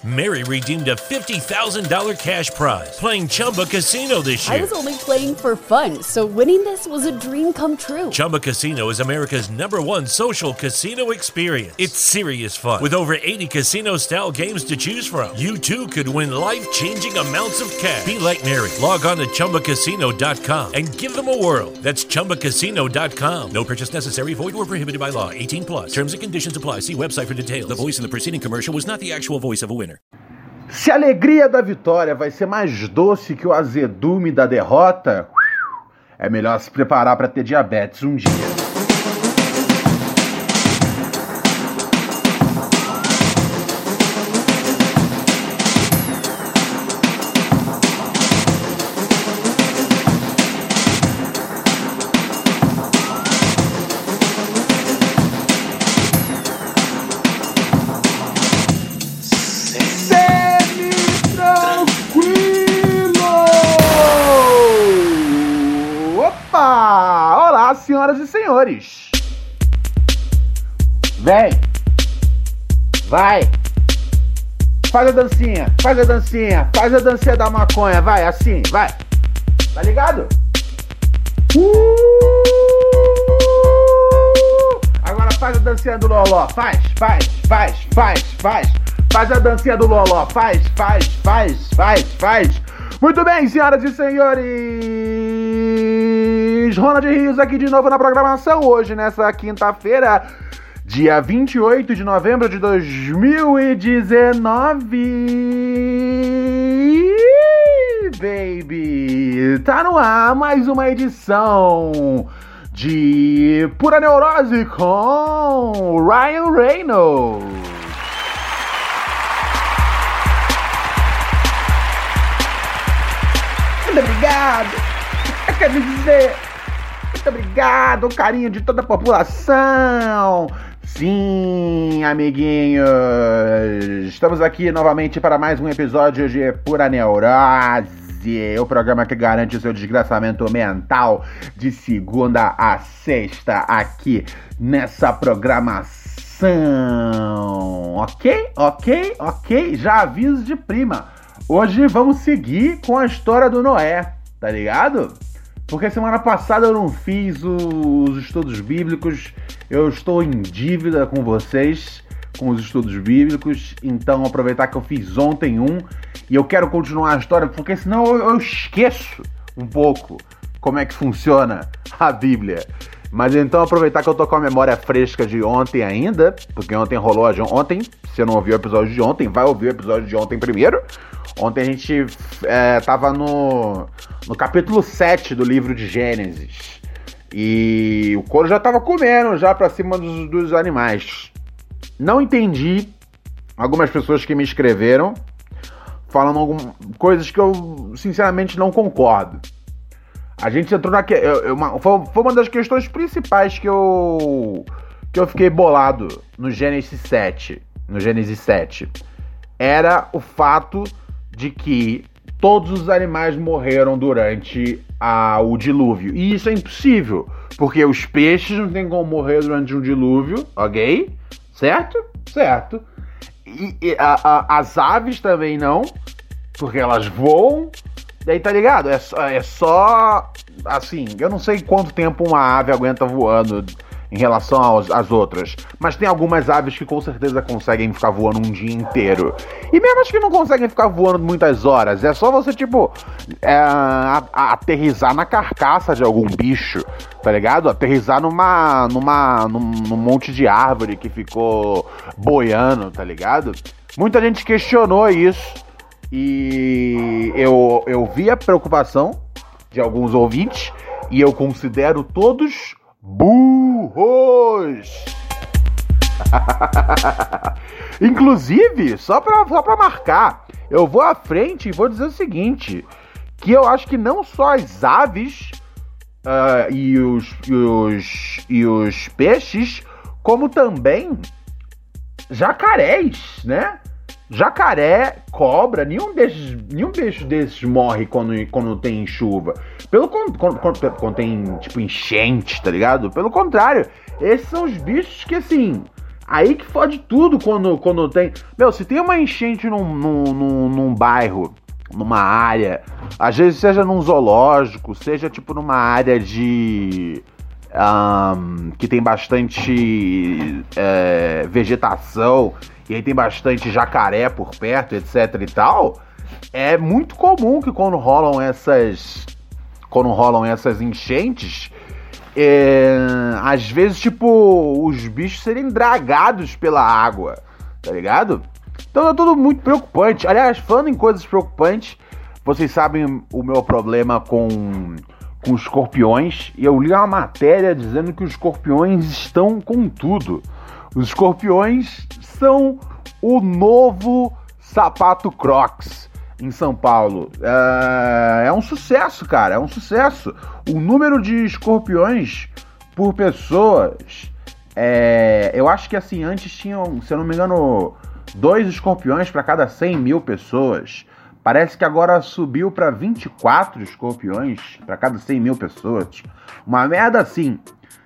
Mary redeemed a $50,000 cash prize playing Chumba Casino this year. I was only playing for fun, so winning this was a dream come true. Chumba Casino is America's #1 social casino experience. It's serious fun. With over 80 casino-style games to choose from, you too could win life-changing amounts of cash. Be like Mary. Log on to ChumbaCasino.com and give them a whirl. That's ChumbaCasino.com. No purchase necessary. Void where prohibited by law. 18 plus. Terms and conditions apply. See website for details. The voice in the preceding commercial was not the actual voice of a winner. Se a alegria da vitória vai ser mais doce que o azedume da derrota, é melhor se preparar para ter diabetes um dia. Olá, senhoras e senhores. Vem. Vai. Faz a dancinha, faz a dancinha, faz a dancinha da maconha, vai, assim, vai. Tá ligado? Agora faz a dancinha do loló, faz. Faz a dancinha do loló, faz. Muito bem, senhoras e senhores, Ronald Rios aqui de novo na programação, hoje nessa quinta-feira, dia 28 de novembro de 2019, baby, tá no ar mais uma edição de Pura Neurose com Ryan Reynolds. Muito obrigado, eu quero dizer, muito obrigado, o carinho de toda a população. Sim, amiguinhos, estamos aqui novamente para mais um episódio de Pura Neurose, o programa que garante o seu desgraçamento mental de segunda a sexta aqui nessa programação. Ok? Já aviso de prima. Hoje vamos seguir com a história do Noé, tá ligado? Porque semana passada eu não fiz os estudos bíblicos, eu estou em dívida com vocês, com os estudos bíblicos, então aproveitar que eu fiz ontem e eu quero continuar a história, porque senão eu esqueço um pouco como é que funciona a Bíblia. Mas então aproveitar que eu tô com a memória fresca de ontem ainda, porque ontem rolou ontem, se você não ouviu o episódio de ontem, vai ouvir o episódio de ontem primeiro. Ontem a gente tava no capítulo 7 do livro de Gênesis. E o couro já tava comendo já pra cima dos animais. Não entendi algumas pessoas que me escreveram falando coisas que eu sinceramente não concordo. A gente entrou foi uma das questões principais que eu fiquei bolado no Gênesis 7. Era o fato de que todos os animais morreram durante o dilúvio. E isso é impossível, porque os peixes não tem como morrer durante um dilúvio, ok? Certo? E as aves também não, porque elas voam. Daí tá ligado? É só assim, eu não sei quanto tempo uma ave aguenta voando em relação às outras, mas tem algumas aves que com certeza conseguem ficar voando um dia inteiro. E mesmo as que não conseguem ficar voando muitas horas, é só você, aterrissar na carcaça de algum bicho, tá ligado? Aterrissar num monte de árvore que ficou boiando, tá ligado? Muita gente questionou isso e eu vi a preocupação de alguns ouvintes e eu considero todos burros. Inclusive, só pra marcar, eu vou à frente e vou dizer o seguinte, que eu acho que não só as aves e os peixes, como também jacarés, né? Jacaré, cobra, nenhum bicho desses morre quando tem chuva. Quando tem, enchente, tá ligado? Pelo contrário, esses são os bichos que, assim, Aí que fode tudo quando tem... Meu, se tem uma enchente num bairro, numa área, às vezes seja num zoológico, seja tipo numa área de... que tem bastante vegetação, e aí tem bastante jacaré por perto, etc e tal, é muito comum que quando rolam essas enchentes, às vezes, tipo, os bichos serem dragados pela água, tá ligado? Então é tudo muito preocupante. Aliás, falando em coisas preocupantes, vocês sabem o meu problema com escorpiões, e eu li uma matéria dizendo que os escorpiões estão com tudo. Os escorpiões são o novo sapato Crocs em São Paulo. É um sucesso, cara, é um sucesso. O número de escorpiões por pessoas, eu acho que assim, antes tinham, se eu não me engano, 2 escorpiões para cada 100 mil pessoas. Parece que agora subiu para 24 escorpiões para cada 100 mil pessoas. Uma merda assim.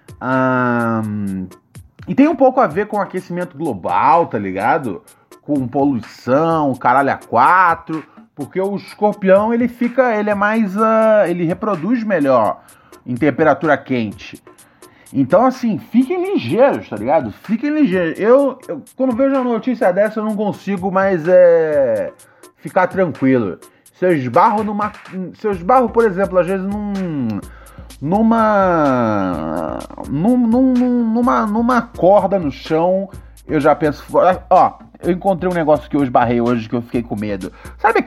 E tem um pouco a ver com aquecimento global, tá ligado? Com poluição, caralho a 4. Porque o escorpião, ele é mais... ele reproduz melhor em temperatura quente. Então, assim, fiquem ligeiros, tá ligado? Fiquem ligeiros. Eu quando vejo uma notícia dessa, eu não consigo mais ficar tranquilo. Se eu esbarro, por exemplo, às vezes numa corda no chão, eu já penso... Ó, eu encontrei um negócio que eu esbarrei hoje que eu fiquei com medo. Sabe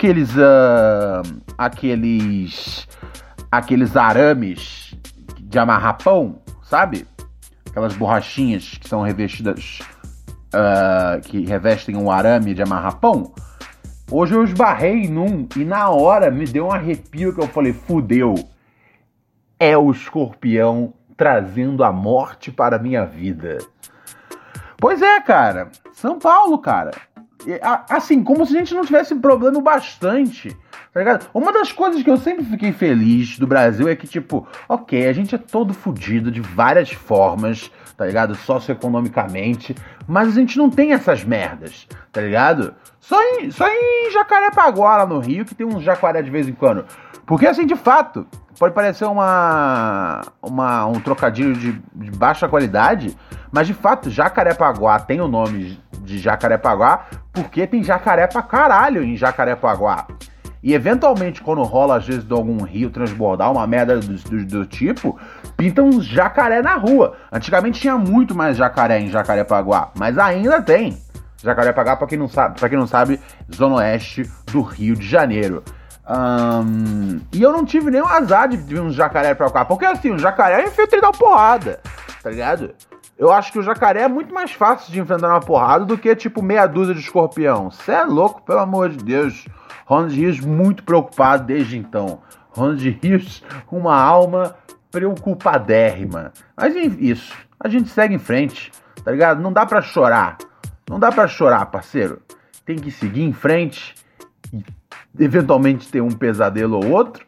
aqueles arames de amarrar pão, sabe? Aquelas borrachinhas que são revestidas, que revestem um arame de amarrar pão. Hoje eu esbarrei num e na hora me deu um arrepio que eu falei, fudeu. É o escorpião trazendo a morte para a minha vida. Pois é, cara. São Paulo, cara. Assim, como se a gente não tivesse problema bastante, tá ligado? Uma das coisas que eu sempre fiquei feliz do Brasil é que, tipo, ok, a gente é todo fudido de várias formas, tá ligado? Socioeconomicamente, mas a gente não tem essas merdas, tá ligado? Só em Jacarepaguá, lá no Rio, que tem uns jacaré de vez em quando. Porque, assim, de fato, pode parecer um trocadilho de baixa qualidade, mas, de fato, Jacarepaguá tem o nome de Jacarepaguá porque tem jacaré pra caralho em Jacarepaguá. E, eventualmente, quando rola, às vezes, de algum rio transbordar, uma merda do tipo, pintam uns jacaré na rua. Antigamente tinha muito mais jacaré em Jacarepaguá, mas ainda tem. Jacarepaguá, pra quem não sabe, zona oeste do Rio de Janeiro. E eu não tive nenhum azar de vir um jacaré pra cá, porque assim, o jacaré é enfrenta e dá uma porrada, tá ligado? Eu acho que o jacaré é muito mais fácil de enfrentar uma porrada do que tipo meia dúzia de escorpião. Cê é louco, pelo amor de Deus. Ronald Rios muito preocupado desde então. Ronald Rios, uma alma preocupadérrima. Mas isso, a gente segue em frente, tá ligado? Não dá pra chorar. Não dá pra chorar, parceiro. Tem que seguir em frente e eventualmente ter um pesadelo ou outro.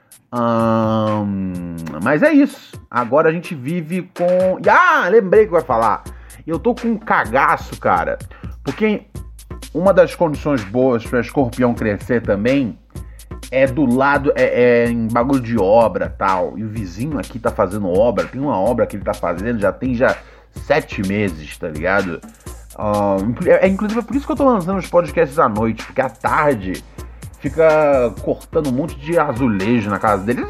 Mas é isso. Agora a gente vive com... lembrei que eu ia falar. Eu tô com um cagaço, cara. Porque uma das condições boas pra escorpião crescer também é do lado... em bagulho de obra e tal. E o vizinho aqui tá fazendo obra. Tem uma obra que ele tá fazendo, já tem 7 meses, tá ligado? Inclusive é por isso que eu tô lançando os podcasts à noite. Porque à tarde fica cortando um monte de azulejo na casa dele.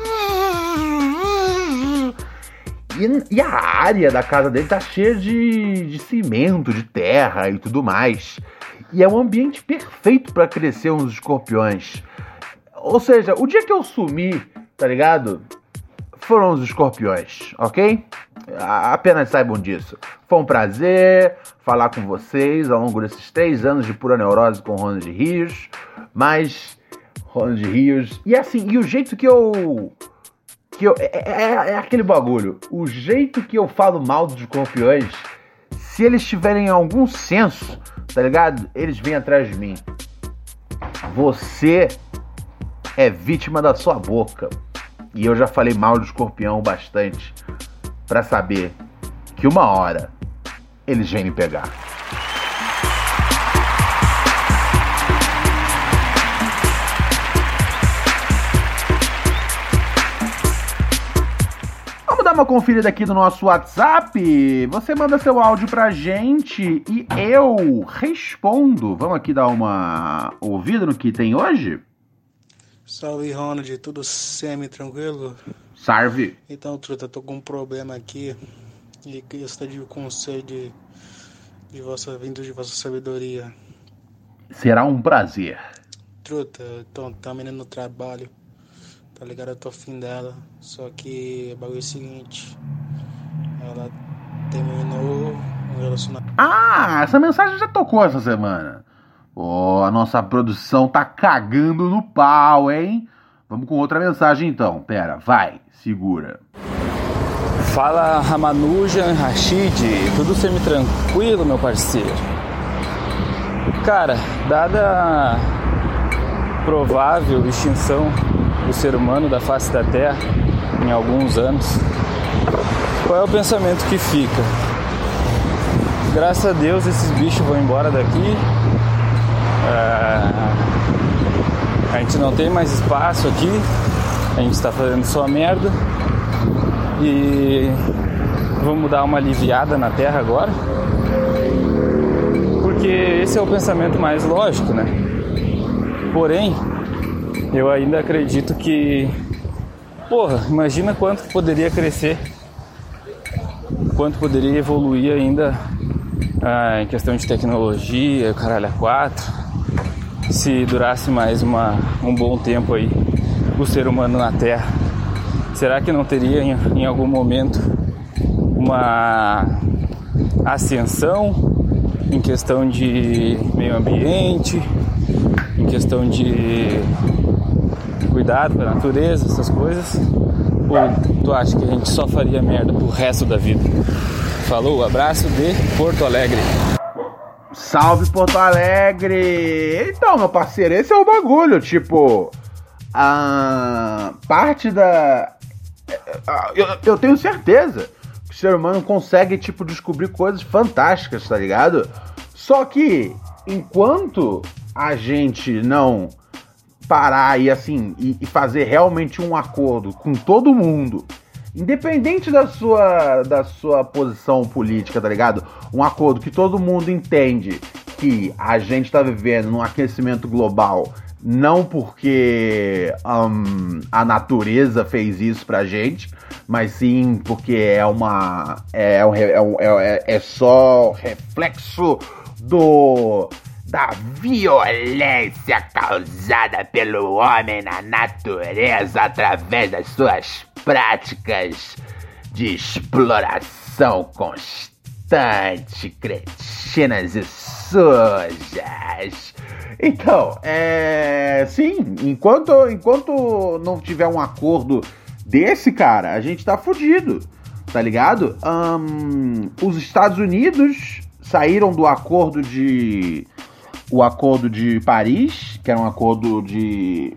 E a área da casa dele tá cheia de cimento, de terra e tudo mais. E é um ambiente perfeito pra crescer uns escorpiões. Ou seja, o dia que eu sumi, tá ligado? Foram os escorpiões, ok? Apenas saibam disso. Foi um prazer falar com vocês ao longo desses 3 anos de pura neurose com Ronald Rios. Mas Ronald Rios... E assim, e o jeito que eu é aquele bagulho. O jeito que eu falo mal dos escorpiões, se eles tiverem algum senso, tá ligado? Eles vêm atrás de mim. Você é vítima da sua boca. E eu já falei mal do escorpião bastante pra saber que uma hora eles vêm me pegar. uma conferida aqui no nosso WhatsApp? Você manda seu áudio pra gente e eu respondo. Vamos aqui dar uma ouvida no que tem hoje? Salve, Ronald, tudo semi-tranquilo? Salve. Então, truta, tô com um problema aqui e gostaria de conselho de vindo de vossa sabedoria. Será um prazer. Truta, então, tá menina no trabalho, tá ligado? Eu tô afim dela, só que o bagulho é o seguinte, ela terminou um relacionamento. Ah, essa mensagem já tocou essa semana. A nossa produção tá cagando no pau, hein? Vamos com outra mensagem então. Pera, vai, segura. Fala Ramanujan, Rashid, tudo semi-tranquilo, meu parceiro? Cara, dada a provável extinção do ser humano da face da Terra em alguns anos, qual é o pensamento que fica? Graças a Deus esses bichos vão embora daqui, a gente não tem mais espaço aqui, a gente está fazendo só merda e vamos dar uma aliviada na Terra agora, porque esse é o pensamento mais lógico, né? Porém, eu ainda acredito que, imagina quanto poderia crescer, quanto poderia evoluir ainda em questão de tecnologia, caralho, a 4, se durasse mais um bom tempo aí o ser humano na Terra. Será que não teria em algum momento uma ascensão em questão de meio ambiente, em questão de cuidado com a natureza, essas coisas? Ou tu acha que a gente só faria merda pro resto da vida? Falou, abraço de Porto Alegre. Salve Porto Alegre! Então, meu parceiro, esse é o bagulho, tipo, a parte da... Eu tenho certeza que o ser humano consegue, tipo, descobrir coisas fantásticas, tá ligado? Só que, enquanto a gente não parar e, assim, e fazer realmente um acordo com todo mundo, independente da sua posição política, tá ligado? Um acordo que todo mundo entende que a gente tá vivendo num aquecimento global, não porque a natureza fez isso pra gente, mas sim porque é só reflexo da violência causada pelo homem na natureza através das suas práticas de exploração constante, cretinas e sujas. Então, sim, enquanto não tiver um acordo desse, cara, a gente tá fudido, tá ligado? Os Estados Unidos saíram do acordo de Paris, que era um acordo de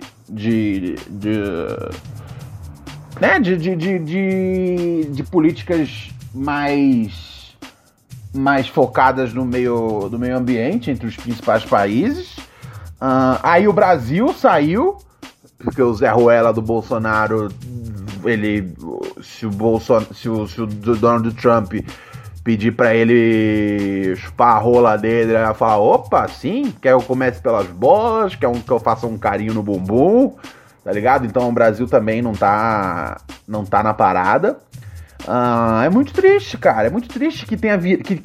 políticas mais focadas no meio ambiente entre os principais países. Aí o Brasil saiu, porque o Zé Ruela do Bolsonaro, se o Donald Trump pedir pra ele chupar a rola dele, ele vai falar, opa, sim, quer que eu comece pelas bolas, quer que eu faça um carinho no bumbum, tá ligado? Então o Brasil também não tá na parada. É muito triste, cara, é muito triste que tenha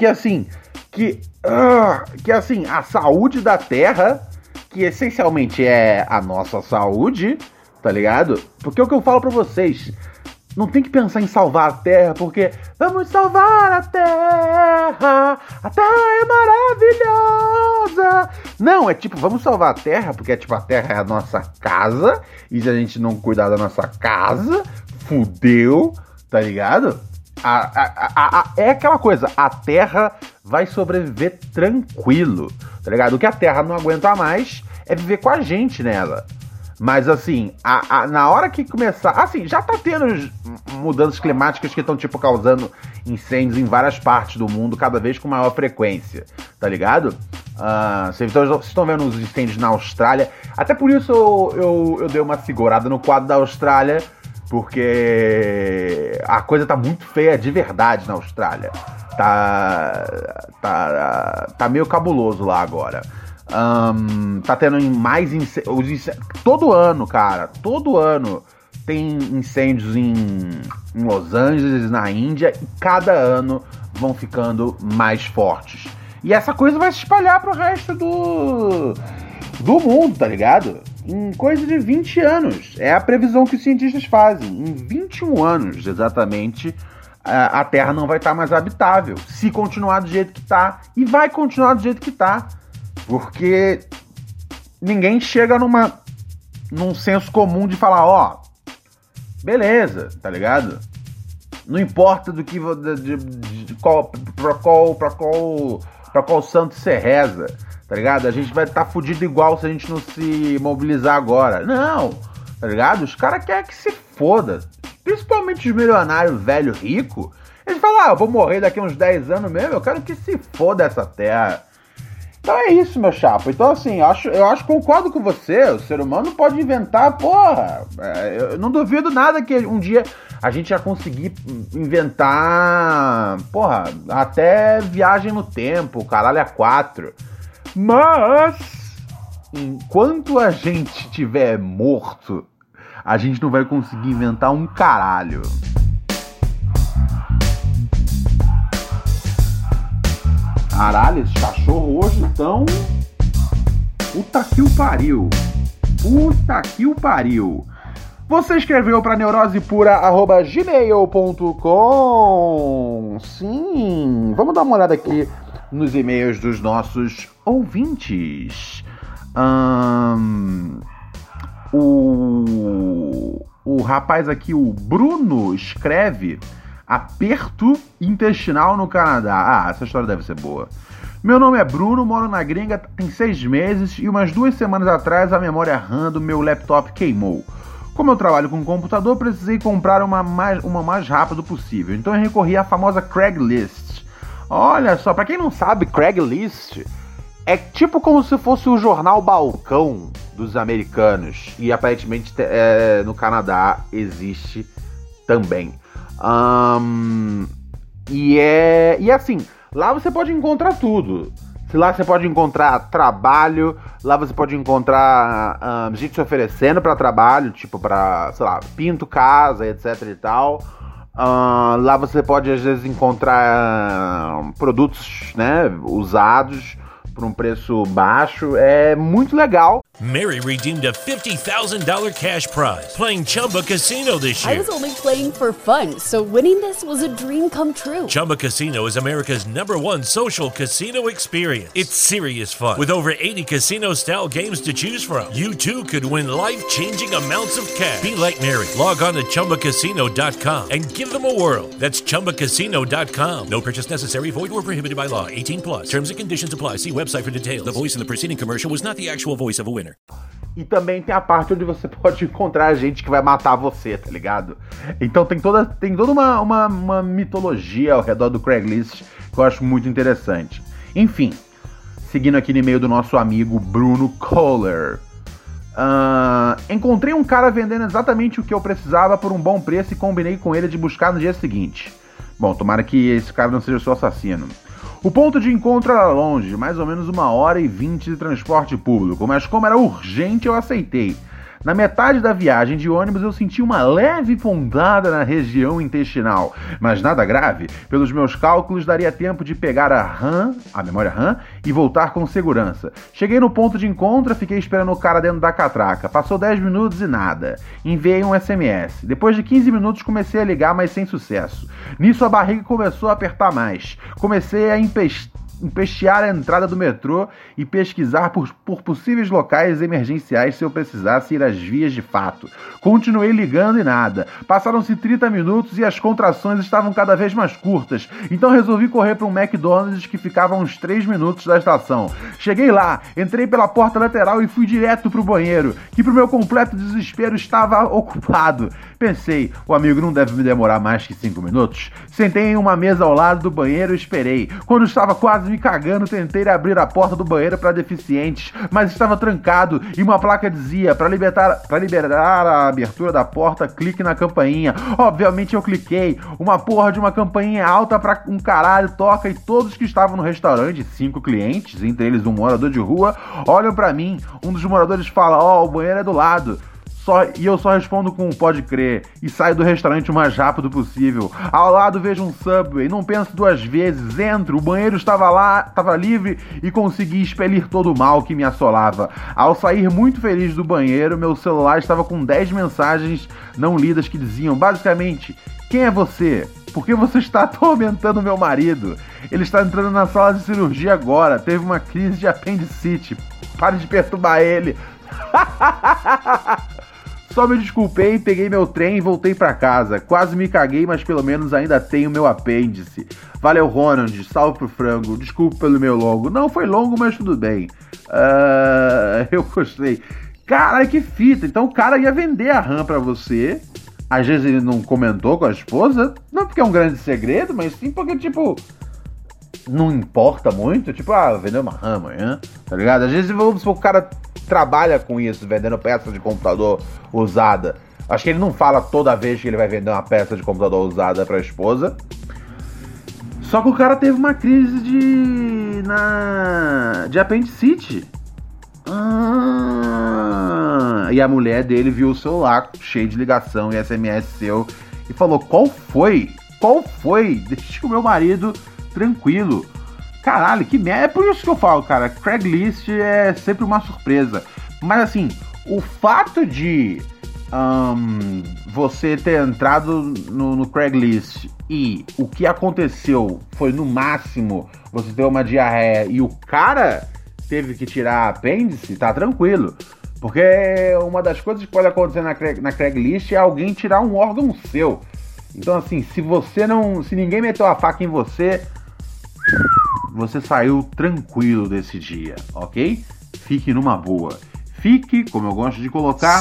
que assim, a saúde da Terra, que essencialmente é a nossa saúde, tá ligado? Porque é o que eu falo pra vocês, não tem que pensar em salvar a Terra, porque vamos salvar a Terra é maravilhosa. Não, é tipo, vamos salvar a Terra, porque tipo, a Terra é a nossa casa, e se a gente não cuidar da nossa casa, fudeu, tá ligado? É aquela coisa, a Terra vai sobreviver tranquilo, tá ligado? O que a Terra não aguenta mais é viver com a gente nela. Mas assim, na hora que começar... Assim, já tá tendo mudanças climáticas que estão, tipo, causando incêndios em várias partes do mundo, cada vez com maior frequência, tá ligado? Vocês estão vendo os incêndios na Austrália. Até por isso eu dei uma segurada no quadro da Austrália, porque a coisa tá muito feia de verdade na Austrália. Tá meio cabuloso lá agora. Tá tendo mais incêndios. Todo ano, cara, todo ano tem incêndios em Los Angeles, na Índia, e cada ano vão ficando mais fortes. E essa coisa vai se espalhar pro resto do mundo, tá ligado? Em coisa de 20 anos. É a previsão que os cientistas fazem. Em 21 anos, exatamente, a Terra não vai estar mais habitável. Se continuar do jeito que tá. E vai continuar do jeito que tá. Porque ninguém chega num senso comum de falar, ó, beleza, tá ligado? Não importa do que pra qual santo você reza, tá ligado? A gente vai estar fudido igual se a gente não se mobilizar agora. Não, tá ligado? Os caras querem que se foda. Principalmente os milionários velho rico. Eles falam, eu vou morrer daqui a uns 10 anos mesmo, eu quero que se foda essa terra. Então é isso, meu chapa. Então, assim, eu acho concordo com você. O ser humano pode inventar, porra. Eu não duvido nada que um dia a gente já conseguir inventar, porra, até viagem no tempo, caralho, a 4. Mas, enquanto a gente estiver morto, a gente não vai conseguir inventar um caralho. Caralho, esses cachorros hoje estão... Puta que o pariu. Puta que o pariu. Você escreveu para neurosepura@gmail.com. Sim, vamos dar uma olhada aqui nos e-mails dos nossos ouvintes. O rapaz aqui, o Bruno, escreve... Aperto intestinal no Canadá. Essa história deve ser boa. Meu nome é Bruno, moro na gringa tem 6 meses e umas 2 semanas atrás a memória RAM do meu laptop queimou. Como eu trabalho com computador, precisei comprar uma mais rápido possível. Então eu recorri à famosa Craigslist. Olha só, pra quem não sabe, Craigslist é tipo como se fosse o jornal Balcão dos americanos. E aparentemente no Canadá existe também. E assim, lá você pode encontrar tudo. Lá você pode encontrar trabalho, lá você pode encontrar gente se oferecendo para trabalho, tipo para, sei lá, pinto casa, etc e tal. Lá você pode às vezes encontrar produtos, né, usados por um preço baixo. É muito legal. Mary redeemed a $50,000 cash prize playing Chumba Casino this year. I was only playing for fun, so winning this was a dream come true. Chumba Casino is America's #1 social casino experience. It's serious fun. With over 80 casino-style games to choose from, you too could win life-changing amounts of cash. Be like Mary. Log on to ChumbaCasino.com and give them a whirl. That's ChumbaCasino.com. No purchase necessary. Void or prohibited by law. 18+. Terms and conditions apply. See website for details. The voice in the preceding commercial was not the actual voice of a winner. E também tem a parte onde você pode encontrar gente que vai matar você, tá ligado? Então tem toda uma mitologia ao redor do Craigslist que eu acho muito interessante. Enfim, seguindo aqui no e-mail do nosso amigo Bruno Kohler. Encontrei um cara vendendo exatamente o que eu precisava por um bom preço e combinei com ele de buscar no dia seguinte. Bom, tomara que esse cara não seja seu assassino. O ponto de encontro era longe, mais ou menos 1h20 de transporte público, mas como era urgente, eu aceitei. Na metade da viagem de ônibus eu senti uma leve pontada na região intestinal, mas nada grave. Pelos meus cálculos daria tempo de pegar a memória RAM e voltar com segurança. Cheguei no ponto de encontro, fiquei esperando o cara dentro da catraca. Passou 10 minutos e nada. Enviei um SMS. Depois de 15 minutos comecei a ligar, mas sem sucesso. Nisso a barriga começou a apertar mais. Comecei a empestear a entrada do metrô e pesquisar por possíveis locais emergenciais se eu precisasse ir às vias de fato. Continuei ligando e nada. Passaram-se 30 minutos e as contrações estavam cada vez mais curtas, então resolvi correr para um McDonald's que ficava a uns 3 minutos da estação. Cheguei lá, entrei pela porta lateral e fui direto pro banheiro, que pro meu completo desespero estava ocupado. Pensei, o amigo não deve me demorar mais que 5 minutos. Sentei em uma mesa ao lado do banheiro e esperei. Quando estava quase quase me cagando, tentei abrir a porta do banheiro para deficientes, mas estava trancado e uma placa dizia: para liberar a abertura da porta, clique na campainha. Obviamente eu cliquei. Uma porra de uma campainha alta pra um caralho toca e todos que estavam no restaurante, 5 clientes, entre eles um morador de rua, olham pra mim. Um dos moradores fala: ó, o banheiro é do lado. E eu só respondo com pode crer e saio do restaurante o mais rápido possível. Ao lado vejo um Subway, não penso 2 vezes, entro, o banheiro estava livre e consegui expelir todo o mal que me assolava. Ao sair muito feliz do banheiro, meu celular estava com 10 mensagens não lidas que diziam basicamente: quem é você? Por que você está atormentando meu marido? Ele está entrando na sala de cirurgia agora, teve uma crise de apendicite, pare de perturbar ele. Só me desculpei, peguei meu trem e voltei pra casa. Quase me caguei, mas pelo menos ainda tenho meu apêndice. Valeu, Ronald. Salve pro frango. Desculpe pelo meu longo. Não foi longo, mas tudo bem. Eu gostei. Cara, que fita. Então o cara ia vender a RAM pra você. Às vezes ele não comentou com a esposa. Não porque é um grande segredo, mas sim porque, tipo, não importa muito. Tipo, vendeu uma RAM amanhã, tá ligado? Às vezes o cara trabalha com isso, vendendo peça de computador usada. Acho que ele não fala toda vez que ele vai vender uma peça de computador usada pra esposa. Só que o cara teve uma crise de apendicite. E a mulher dele viu o celular cheio de ligação e SMS seu e falou: qual foi? Deixa o meu marido tranquilo. Caralho, que merda. É por isso que eu falo, cara, Craigslist é sempre uma surpresa. Mas assim, o fato de você ter entrado no Craigslist e o que aconteceu foi, no máximo, você ter uma diarreia e o cara teve que tirar apêndice, tá tranquilo. Porque uma das coisas que pode acontecer na Craigslist é alguém tirar um órgão seu. Então assim, se ninguém meteu a faca em você saiu tranquilo desse dia, ok? Fique numa boa. Fique, como eu gosto de colocar,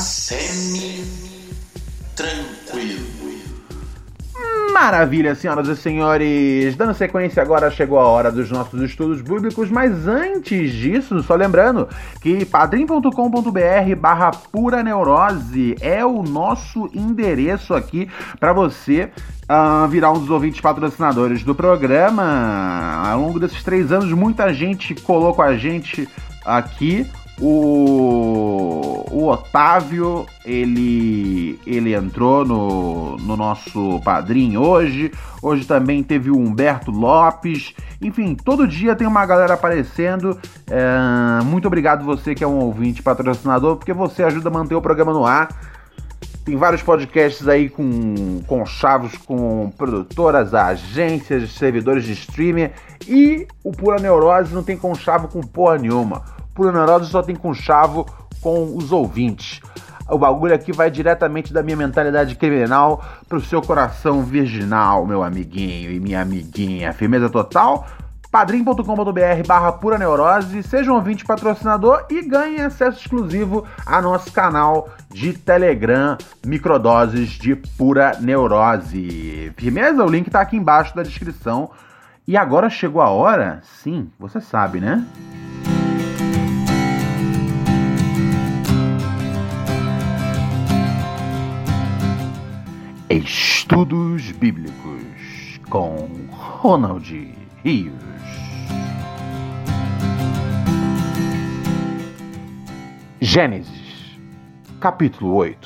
semi-tranquilo. Maravilha, senhoras e senhores. Dando sequência agora, chegou a hora dos nossos estudos bíblicos, mas antes disso, só lembrando que padrim.com.br/pura neurose é o nosso endereço aqui para você virar um dos ouvintes patrocinadores do programa. Ao longo desses 3 anos, muita gente colou com a gente aqui. O Otávio, ele entrou no nosso padrinho hoje também teve o Humberto Lopes, enfim, todo dia tem uma galera aparecendo. Muito obrigado você que é um ouvinte patrocinador, porque você ajuda a manter o programa no ar. Tem vários podcasts aí com conchavos com produtoras, agências, servidores de streaming, e o Pura Neurose não tem conchavo com porra nenhuma. Pura Neurose só tem conchavo com os ouvintes. O bagulho aqui vai diretamente da minha mentalidade criminal pro seu coração virginal, meu amiguinho e minha amiguinha. Firmeza total? padrim.com.br/pura neurose. Seja um ouvinte patrocinador e ganhe acesso exclusivo a nosso canal de Telegram, Microdoses de Pura Neurose. Firmeza? O link tá aqui embaixo da descrição. E agora chegou a hora? Sim, você sabe, né? Estudos Bíblicos com Ronald Rios. Gênesis, capítulo 8.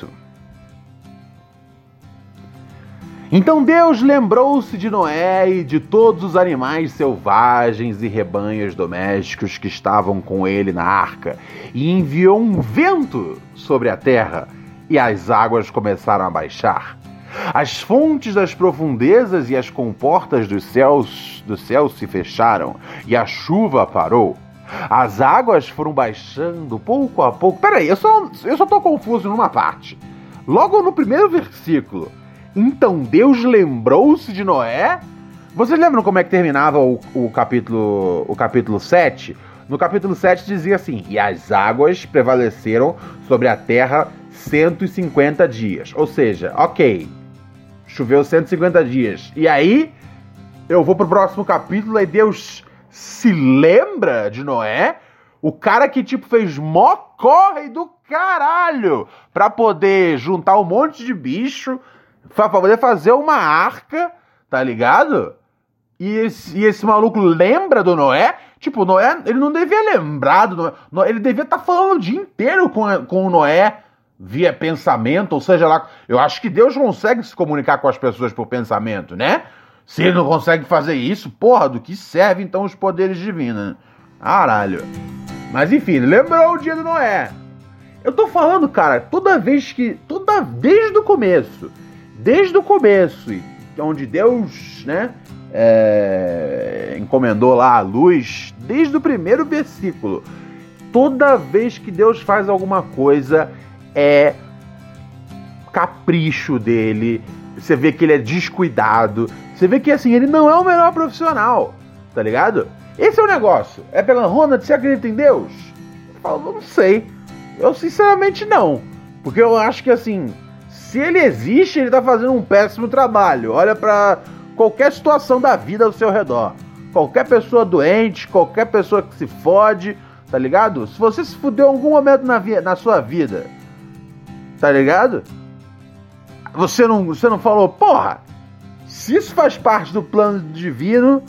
Então Deus lembrou-se de Noé e de todos os animais selvagens e rebanhos domésticos que estavam com ele na arca, e enviou um vento sobre a terra, e as águas começaram a baixar. As fontes das profundezas e as comportas dos céus se fecharam, e a chuva parou. As águas foram baixando pouco a pouco. Peraí, eu só tô confuso numa parte. Logo no primeiro versículo. Então Deus lembrou-se de Noé? Vocês lembram como é que terminava o capítulo 7? No capítulo 7 dizia assim: e as águas prevaleceram sobre a terra 150 dias. Ou seja, ok, choveu 150 dias. E aí, eu vou pro próximo capítulo e Deus se lembra de Noé? O cara que, tipo, fez mó corre do caralho pra poder juntar um monte de bicho, pra poder fazer uma arca, tá ligado? E esse maluco lembra do Noé? Tipo, o Noé, ele não devia lembrar do Noé. Ele devia estar falando o dia inteiro com o Noé via pensamento, ou seja lá. Eu acho que Deus consegue se comunicar com as pessoas por pensamento, né? Se ele não consegue fazer isso, porra, do que serve então os poderes divinos, né? Caralho. Mas enfim, lembrou o dia do Noé. Eu tô falando, cara, desde o começo, onde Deus, né, encomendou lá a luz, desde o primeiro versículo, toda vez que Deus faz alguma coisa, é capricho dele, você vê que ele é descuidado, você vê que, assim, ele não é o melhor profissional, tá ligado? Esse é o negócio. É pela Ronald, você acredita em Deus? Eu falo, não sei. Eu sinceramente não. Porque eu acho que, assim, se ele existe, ele tá fazendo um péssimo trabalho. Olha pra qualquer situação da vida ao seu redor. Qualquer pessoa doente, qualquer pessoa que se fode, tá ligado? Se você se fudeu em algum momento na sua vida, tá ligado? Você não falou, porra, se isso faz parte do plano divino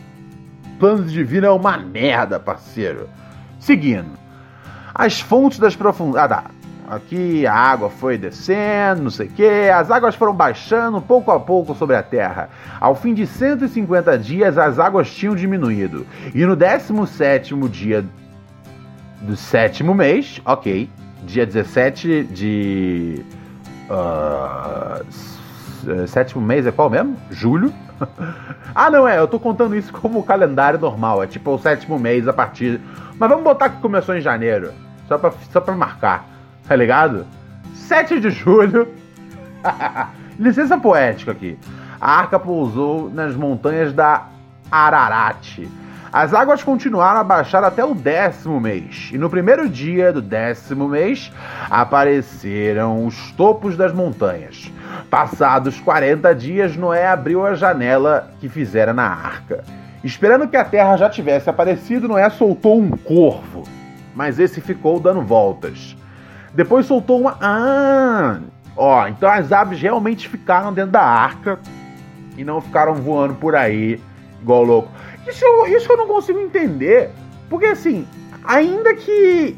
é uma merda, parceiro. Seguindo. As fontes das profundezas. Aqui a água foi descendo, não sei o que. As águas foram baixando pouco a pouco sobre a terra. Ao fim de 150 dias, as águas tinham diminuído. E no 17º dia do 7º mês, ok, dia 17 de... 7º mês é qual mesmo? Julho? Ah, não, eu tô contando isso como calendário normal. É tipo o 7º mês a partir... Mas vamos botar que começou em janeiro. Só pra marcar. Tá ligado? 7 de julho. Licença poética aqui. A arca pousou nas montanhas da Ararat. As águas continuaram a baixar até o 10º mês. E no primeiro dia do 10º mês, apareceram os topos das montanhas. Passados 40 dias, Noé abriu a janela que fizera na arca. Esperando que a terra já tivesse aparecido, Noé soltou um corvo. Mas esse ficou dando voltas. Depois soltou uma... então as aves realmente ficaram dentro da arca e não ficaram voando por aí igual louco. Isso eu não consigo entender. Porque assim, ainda que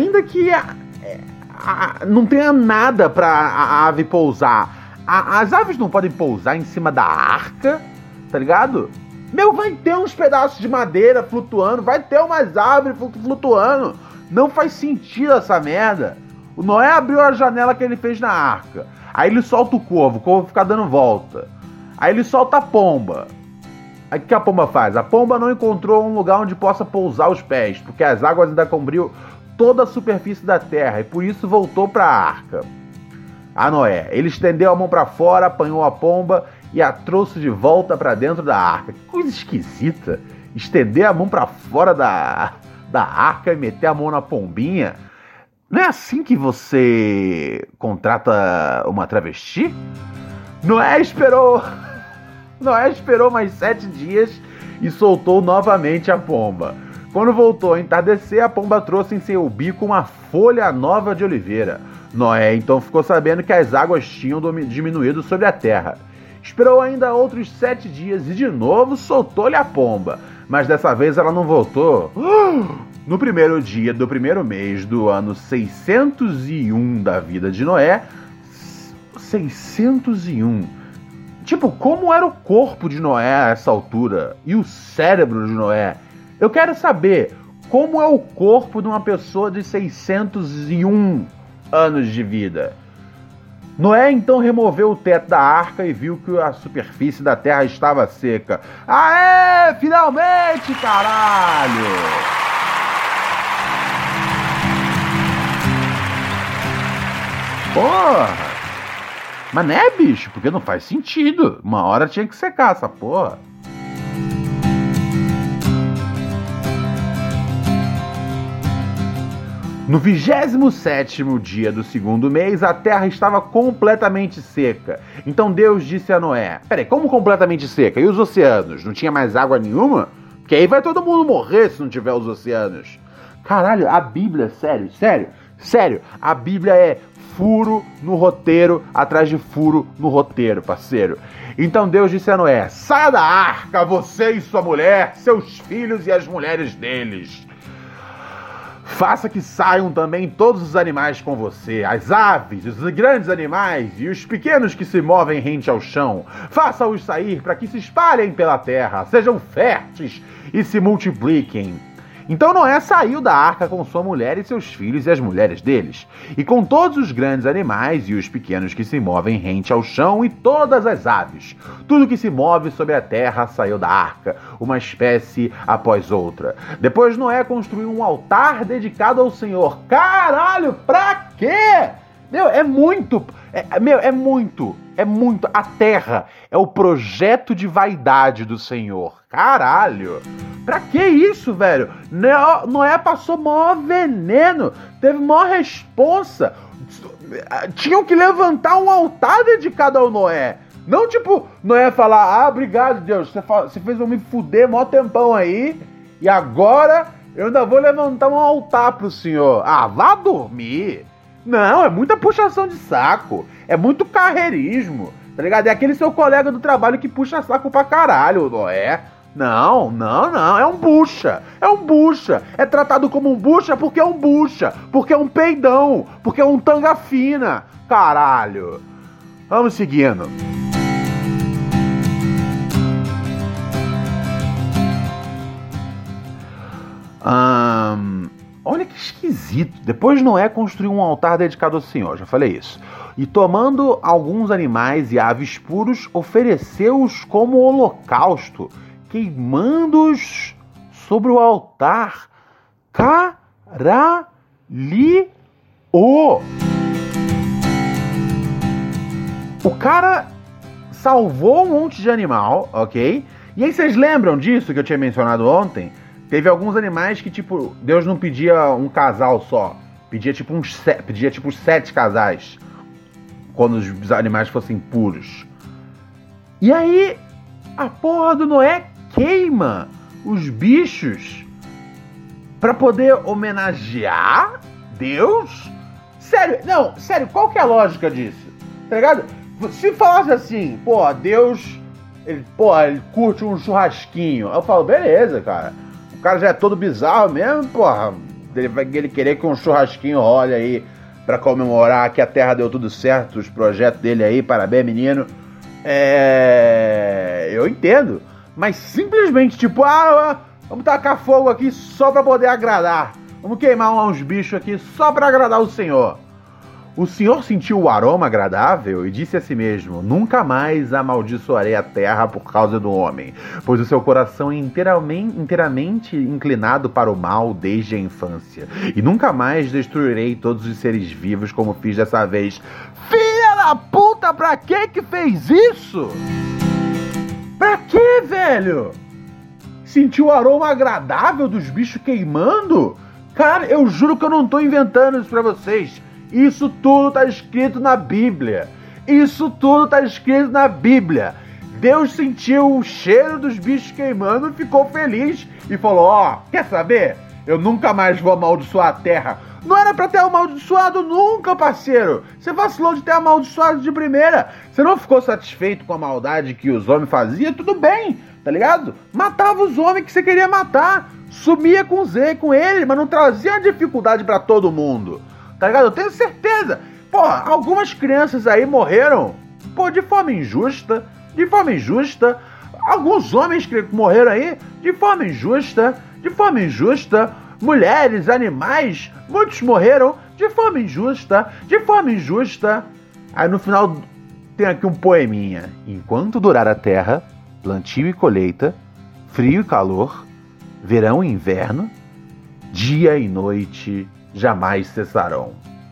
não tenha nada pra a ave pousar, as aves não podem pousar em cima da arca, tá ligado? Vai ter uns pedaços de madeira flutuando, vai ter umas árvores flutuando. Não faz sentido essa merda. O Noé abriu a janela que ele fez na arca. Aí ele solta o corvo fica dando volta. Aí ele solta a pomba. Aí o que a pomba faz? A pomba não encontrou um lugar onde possa pousar os pés, porque as águas ainda cobriu toda a superfície da terra, e por isso voltou para a arca. A Noé, ele estendeu a mão para fora, apanhou a pomba e a trouxe de volta para dentro da arca. Que coisa esquisita. Estender a mão para fora da arca e meter a mão na pombinha. Não é assim que você contrata uma travesti? Noé esperou mais 7 dias e soltou novamente a pomba. Quando voltou a entardecer, a pomba trouxe em seu bico uma folha nova de oliveira. Noé então ficou sabendo que as águas tinham diminuído sobre a terra. Esperou ainda outros 7 dias e de novo soltou-lhe a pomba. Mas dessa vez ela não voltou. No primeiro dia do primeiro mês do ano 601 da vida de Noé. 601. Tipo, como era o corpo de Noé a essa altura? E o cérebro de Noé? Eu quero saber como é o corpo de uma pessoa de 601 anos de vida. Noé então removeu o teto da arca e viu que a superfície da terra estava seca. Aê! Finalmente, caralho! Porra! Mas né, bicho? Porque não faz sentido. Uma hora tinha que secar essa porra. No 27º dia do 2º mês, a terra estava completamente seca. Então Deus disse a Noé... Peraí, como completamente seca? E os oceanos? Não tinha mais água nenhuma? Porque aí vai todo mundo morrer se não tiver os oceanos. Caralho, a Bíblia, sério, a Bíblia é furo no roteiro, atrás de furo no roteiro, parceiro. Então Deus disse a Noé: saia da arca, você e sua mulher, seus filhos e as mulheres deles. Faça que saiam também todos os animais com você, as aves, os grandes animais e os pequenos que se movem rente ao chão. Faça-os sair para que se espalhem pela terra, sejam férteis e se multipliquem. Então Noé saiu da arca com sua mulher e seus filhos e as mulheres deles, e com todos os grandes animais e os pequenos que se movem rente ao chão e todas as aves. Tudo que se move sobre a terra saiu da arca, uma espécie após outra. Depois Noé construiu um altar dedicado ao Senhor. Caralho, pra quê? Meu, é muito. A terra é o projeto de vaidade do Senhor. Caralho. Pra que isso, velho? Noé passou maior veneno. Teve maior responsa. Tinham que levantar um altar dedicado ao Noé. Não tipo, Noé falar: obrigado, Deus, você fez eu me fuder mó tempão aí, e agora eu ainda vou levantar um altar pro Senhor. Vá dormir. Não, é muita puxação de saco. É muito carreirismo, tá ligado? É aquele seu colega do trabalho que puxa saco pra caralho, Noé. Não, é um bucha. É tratado como um bucha, porque é um peidão, porque é um tanga fina. Caralho. Vamos seguindo. Olha que esquisito. Depois Noé construiu um altar dedicado ao Senhor, já falei isso. E tomando alguns animais e aves puros, ofereceu-os como holocausto, queimando-os sobre o altar. Caralho! O cara salvou um monte de animal, ok? E aí vocês lembram disso que eu tinha mencionado ontem? Teve alguns animais que, tipo, Deus não pedia um casal só. Pedia tipo 7 casais. Quando os animais fossem puros. E aí, a porra do Noé queima os bichos pra poder homenagear Deus? Sério, qual que é a lógica disso? Tá ligado? Se falasse assim, Deus, ele curte um churrasquinho. Eu falo, beleza, cara. O cara já é todo bizarro mesmo, ele querer que um churrasquinho role aí pra comemorar que a terra deu tudo certo, os projetos dele aí, parabéns, menino. Eu entendo. Mas simplesmente, vamos tacar fogo aqui só pra poder agradar. Vamos queimar uns bichos aqui só pra agradar o Senhor. O Senhor sentiu o aroma agradável e disse a si mesmo: nunca mais amaldiçoarei a terra por causa do homem, pois o seu coração é inteiramente inclinado para o mal desde a infância. E nunca mais destruirei todos os seres vivos como fiz dessa vez. Filha da puta, pra que fez isso? Pra que, velho? Sentiu o aroma agradável dos bichos queimando? Cara, eu juro que eu não tô inventando isso pra vocês. Isso tudo tá escrito na Bíblia. Deus sentiu o cheiro dos bichos queimando e ficou feliz. E falou, quer saber? Eu nunca mais vou amaldiçoar a terra. Não era pra ter amaldiçoado nunca, parceiro. Você vacilou de ter amaldiçoado de primeira. Você não ficou satisfeito com a maldade que os homens faziam? Tudo bem, tá ligado? Matava os homens que você queria matar. Sumia com ele, mas não trazia dificuldade pra todo mundo. Tá ligado? Eu tenho certeza. Algumas crianças aí morreram, de forma injusta. Alguns homens que morreram aí, de forma injusta. Mulheres, animais, muitos morreram de forma injusta. Aí no final tem aqui um poeminha. Enquanto durar a terra, plantio e colheita, frio e calor, verão e inverno, dia e noite jamais cessarão.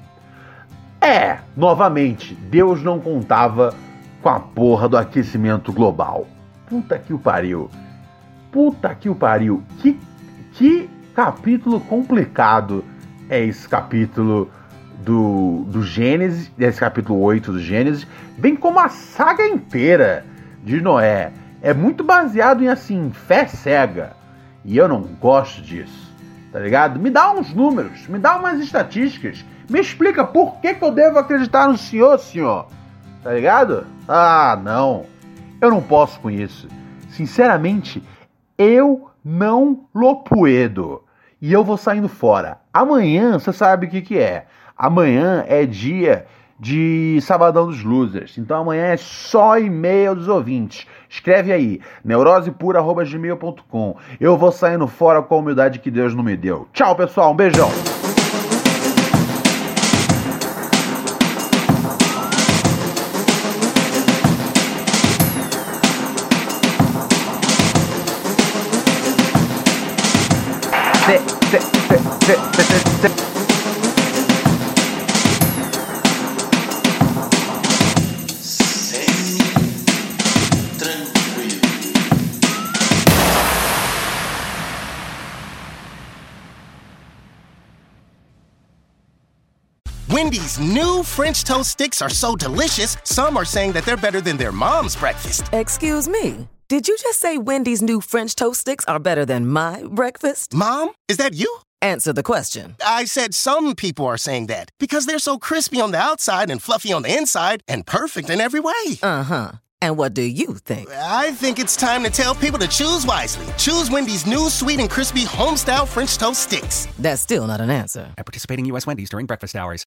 Novamente, Deus não contava com a porra do aquecimento global. Puta que o pariu. Que capítulo complicado é esse capítulo do Gênesis, esse capítulo 8 do Gênesis, bem como a saga inteira de Noé. É muito baseado em, fé cega. E eu não gosto disso, tá ligado? Me dá uns números, me dá umas estatísticas. Me explica por que eu devo acreditar no senhor, tá ligado? Ah, não. Eu não posso com isso. Sinceramente, eu não lo puedo. E eu vou saindo fora. Amanhã, você sabe o que é. Amanhã é dia de Sabadão dos Losers. Então amanhã é só e-mail dos ouvintes. Escreve aí, neurosepura@gmail.com. Eu vou saindo fora com a humildade que Deus não me deu. Tchau, pessoal. Um beijão. Wendy's new French toast sticks are so delicious, some are saying that they're better than their mom's breakfast. Excuse me. Did you just say Wendy's new French toast sticks are better than my breakfast? Mom, is that you? Answer the question. I said some people are saying that because they're so crispy on the outside and fluffy on the inside and perfect in every way. Uh-huh. And what do you think? I think it's time to tell people to choose wisely. Choose Wendy's new sweet and crispy home-style French toast sticks. That's still not an answer. At participating U.S. Wendy's during breakfast hours.